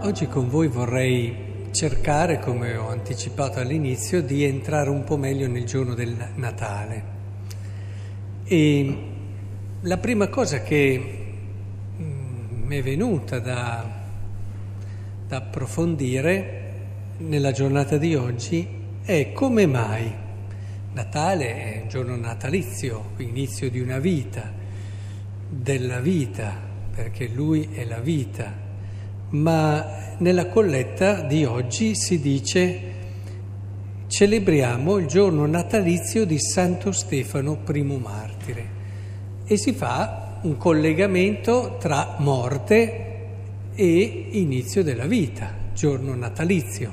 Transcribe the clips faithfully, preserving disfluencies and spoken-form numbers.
Oggi con voi vorrei cercare, come ho anticipato all'inizio, di entrare un po' meglio nel giorno del Natale. E la prima cosa che mi è venuta da, da approfondire nella giornata di oggi è come mai Natale è un giorno natalizio, inizio di una vita, della vita, perché Lui è la vita. Ma nella colletta di oggi si dice celebriamo il giorno natalizio di Santo Stefano, primo martire, e si fa un collegamento tra morte e inizio della vita, giorno natalizio.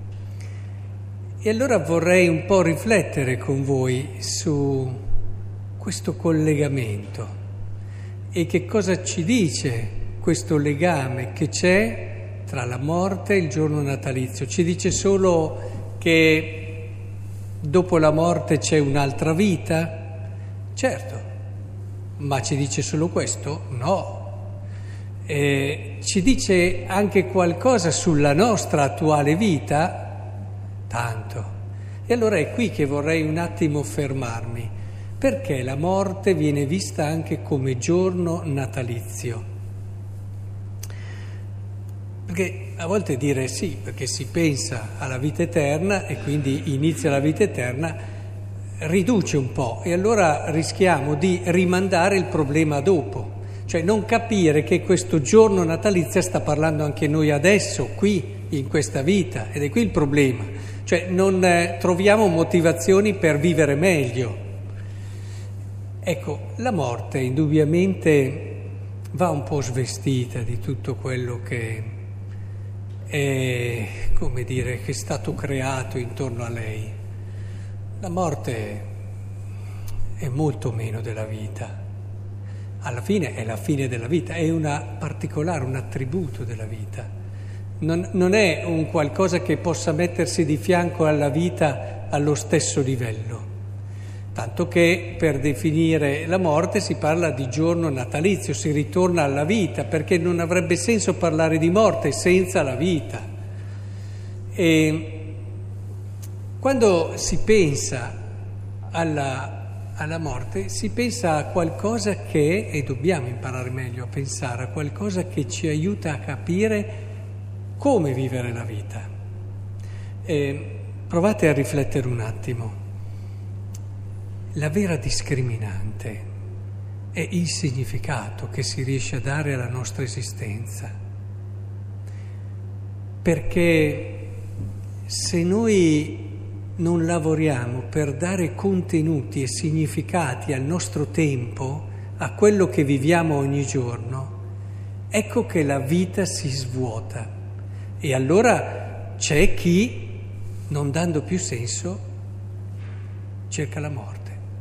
E allora vorrei un po' riflettere con voi su questo collegamento e che cosa ci dice questo legame che c'è tra la morte e il giorno natalizio. Ci dice solo che dopo la morte c'è un'altra vita? Certo, ma ci dice solo questo? No. Eh, ci dice anche qualcosa sulla nostra attuale vita? Tanto. E allora è qui che vorrei un attimo fermarmi, perché la morte viene vista anche come giorno natalizio. Perché a volte dire sì, perché si pensa alla vita eterna e quindi inizia la vita eterna, riduce un po' e allora rischiamo di rimandare il problema dopo, cioè non capire che questo giorno natalizio sta parlando anche noi adesso, qui, in questa vita, ed è qui il problema, cioè non eh, troviamo motivazioni per vivere meglio. Ecco, la morte indubbiamente va un po' svestita di tutto quello che è, come dire, che è stato creato intorno a lei. La morte è molto meno della vita. Alla fine è la fine della vita, è una particolare, un attributo della vita. Non, non è un qualcosa che possa mettersi di fianco alla vita allo stesso livello. Tanto che per definire la morte si parla di giorno natalizio, si ritorna alla vita, perché non avrebbe senso parlare di morte senza la vita. E quando si pensa alla, alla morte, si pensa a qualcosa che, e dobbiamo imparare meglio a pensare, a qualcosa che ci aiuta a capire come vivere la vita. E provate a riflettere un attimo. La vera discriminante è il significato che si riesce a dare alla nostra esistenza. Perché se noi non lavoriamo per dare contenuti e significati al nostro tempo, a quello che viviamo ogni giorno, ecco che la vita si svuota. E allora c'è chi, non dando più senso, cerca la morte.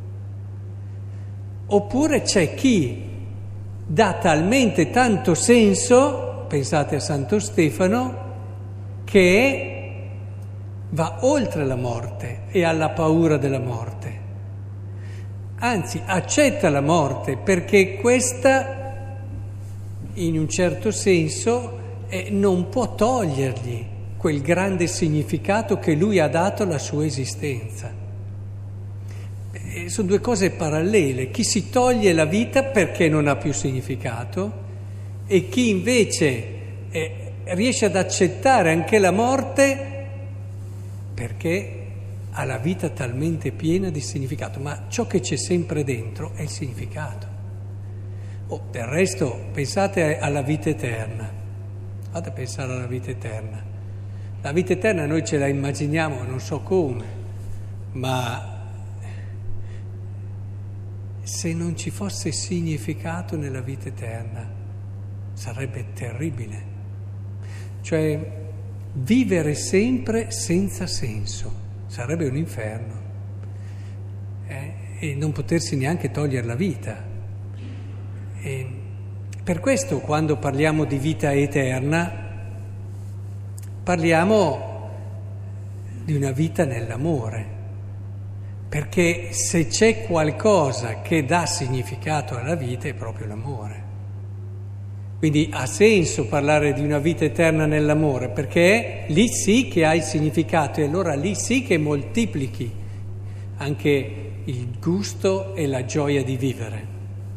Oppure c'è chi dà talmente tanto senso, pensate a Santo Stefano, che va oltre la morte e alla paura della morte. Anzi, accetta la morte perché questa, in un certo senso, eh, non può togliergli quel grande significato che lui ha dato alla sua esistenza. Sono due cose parallele, chi si toglie la vita perché non ha più significato e chi invece eh, riesce ad accettare anche la morte perché ha la vita talmente piena di significato, ma ciò che c'è sempre dentro è il significato. Oh, del resto pensate alla vita eterna, fate pensare alla vita eterna. La vita eterna noi ce la immaginiamo, non so come, ma se non ci fosse significato nella vita eterna, sarebbe terribile. Cioè, vivere sempre senza senso, sarebbe un inferno. Eh? E non potersi neanche togliere la vita. E per questo, quando parliamo di vita eterna, parliamo di una vita nell'amore. Perché se c'è qualcosa che dà significato alla vita è proprio l'amore. Quindi ha senso parlare di una vita eterna nell'amore, perché lì sì che hai significato e allora lì sì che moltiplichi anche il gusto e la gioia di vivere.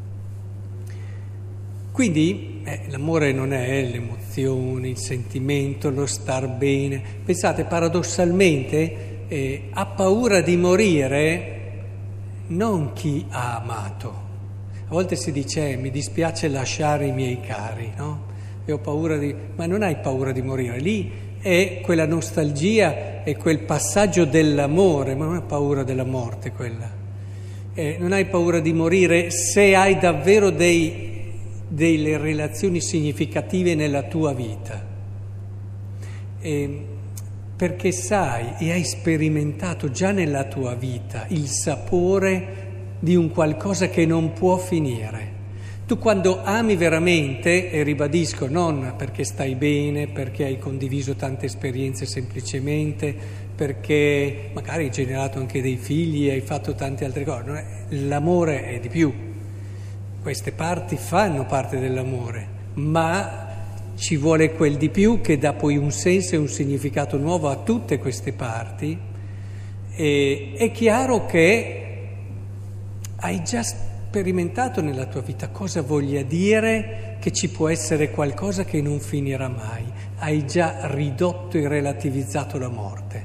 Quindi eh, l'amore non è l'emozione, il sentimento, lo star bene. Pensate, paradossalmente eh, ha paura di morire non chi ha amato. A volte si dice, eh, mi dispiace lasciare i miei cari, no? E ho paura di... Ma non hai paura di morire, lì è quella nostalgia, è quel passaggio dell'amore, ma non è paura della morte quella. Eh, non hai paura di morire se hai davvero dei, delle relazioni significative nella tua vita. Eh, perché sai e hai sperimentato già nella tua vita il sapore di un qualcosa che non può finire. Tu quando ami veramente, e ribadisco, non perché stai bene, perché hai condiviso tante esperienze semplicemente, perché magari hai generato anche dei figli, hai fatto tante altre cose, non è, l'amore è di più. Queste parti fanno parte dell'amore, ma ci vuole quel di più che dà poi un senso e un significato nuovo a tutte queste parti. E è chiaro che hai già sperimentato nella tua vita cosa voglia dire che ci può essere qualcosa che non finirà mai. Hai già ridotto e relativizzato la morte.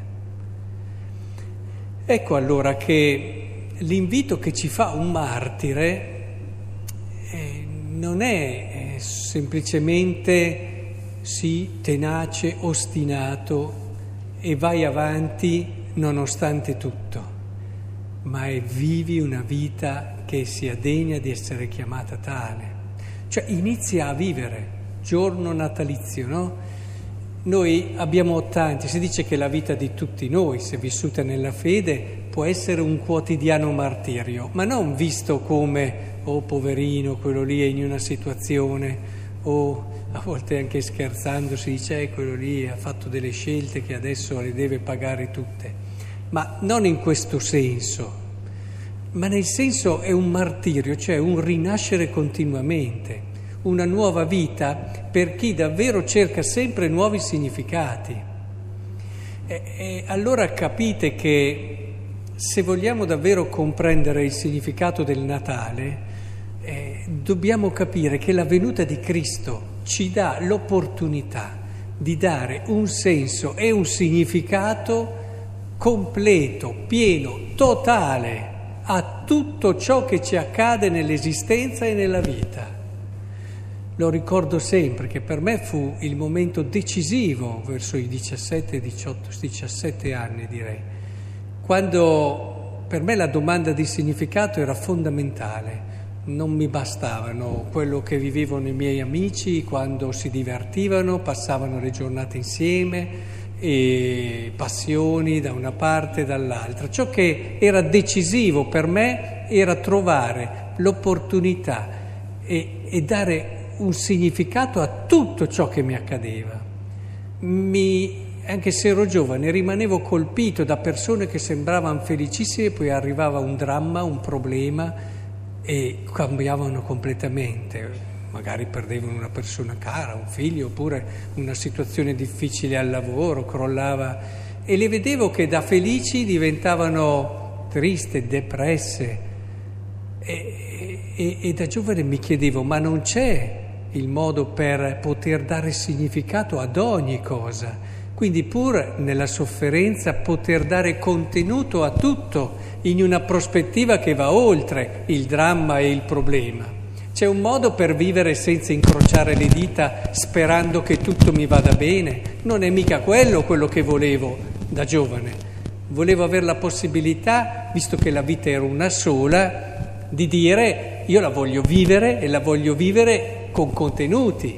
Ecco allora che l'invito che ci fa un martire eh, non è eh, semplicemente sii tenace, ostinato e vai avanti nonostante tutto, ma è vivi una vita che sia degna di essere chiamata tale. Cioè inizia a vivere, giorno natalizio, no? Noi abbiamo tanti, si dice che la vita di tutti noi, se vissuta nella fede, può essere un quotidiano martirio, ma non visto come, oh poverino, quello lì è in una situazione, o a volte anche scherzando si dice, eh, quello lì ha fatto delle scelte che adesso le deve pagare tutte. Ma non in questo senso, ma nel senso è un martirio, cioè un rinascere continuamente, una nuova vita per chi davvero cerca sempre nuovi significati. E, e allora capite che se vogliamo davvero comprendere il significato del Natale, eh, dobbiamo capire che la venuta di Cristo ci dà l'opportunità di dare un senso e un significato completo, pieno, totale a tutto ciò che ci accade nell'esistenza e nella vita. Lo ricordo sempre che per me fu il momento decisivo verso i diciassette, diciotto, diciassette anni direi, quando per me la domanda di significato era fondamentale. Non mi bastavano quello che vivevano i miei amici quando si divertivano, passavano le giornate insieme, e passioni da una parte e dall'altra. Ciò che era decisivo per me era trovare l'opportunità e, e dare un significato a tutto ciò che mi accadeva. Mi, anche se ero giovane, rimanevo colpito da persone che sembravano felicissime, poi arrivava un dramma, un problema e cambiavano completamente. Magari perdevano una persona cara, un figlio, oppure una situazione difficile al lavoro, crollava. E le vedevo che da felici diventavano triste, depresse. E, e, e da giovane mi chiedevo, ma non c'è il modo per poter dare significato ad ogni cosa? Quindi pur nella sofferenza poter dare contenuto a tutto in una prospettiva che va oltre il dramma e il problema. C'è un modo per vivere senza incrociare le dita sperando che tutto mi vada bene? Non è mica quello quello che volevo da giovane. Volevo avere la possibilità, visto che la vita era una sola, di dire io la voglio vivere e la voglio vivere con contenuti.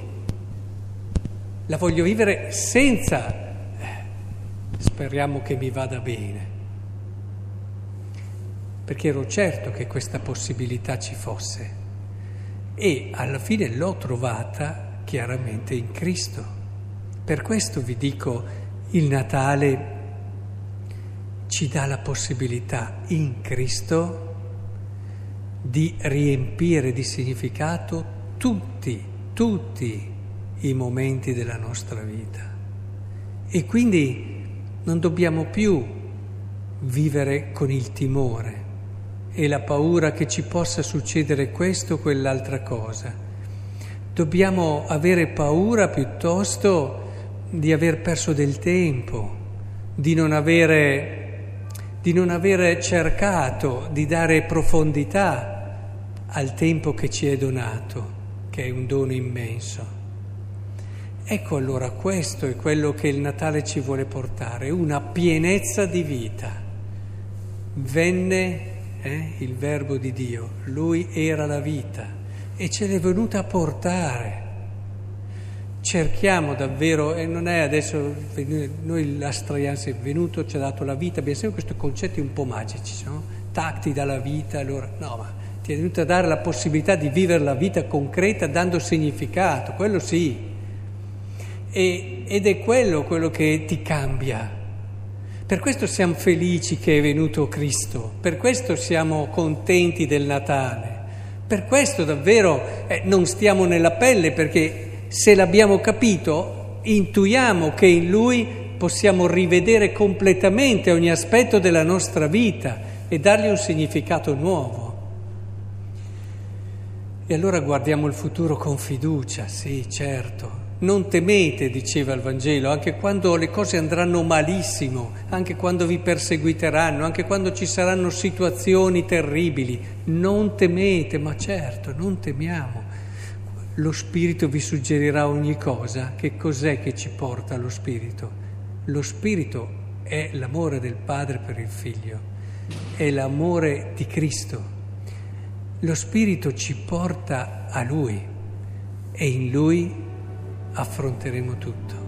La voglio vivere senza speriamo che mi vada bene. Perché ero certo che questa possibilità ci fosse. E alla fine l'ho trovata chiaramente in Cristo. Per questo vi dico, il Natale ci dà la possibilità in Cristo di riempire di significato tutti tutti i momenti della nostra vita. E quindi non dobbiamo più vivere con il timore e la paura che ci possa succedere questo o quell'altra cosa. Dobbiamo avere paura piuttosto di aver perso del tempo, di non avere, di non avere cercato di dare profondità al tempo che ci è donato, che è un dono immenso. Ecco allora, questo è quello che il Natale ci vuole portare, una pienezza di vita. Venne eh, il Verbo di Dio, Lui era la vita e ce l'è venuta a portare. Cerchiamo davvero, e non è adesso, noi l'astraianza è venuto, ci ha dato la vita, abbiamo sempre questi concetti un po' magici, no? Tacti dalla vita, allora no, ma ti è venuto a dare la possibilità di vivere la vita concreta dando significato, quello sì. E, ed è quello quello che ti cambia. Per questo siamo felici che è venuto Cristo, per questo siamo contenti del Natale, per questo davvero eh, non stiamo nella pelle, perché se l'abbiamo capito intuiamo che in Lui possiamo rivedere completamente ogni aspetto della nostra vita e dargli un significato nuovo. E allora guardiamo il futuro con fiducia, sì, certo. Non temete, diceva il Vangelo, anche quando le cose andranno malissimo, anche quando vi perseguiteranno, anche quando ci saranno situazioni terribili. Non temete, ma certo, non temiamo. Lo Spirito vi suggerirà ogni cosa. Che cos'è che ci porta lo Spirito? Lo Spirito è l'amore del Padre per il Figlio, è l'amore di Cristo. Lo Spirito ci porta a Lui e in Lui affronteremo tutto.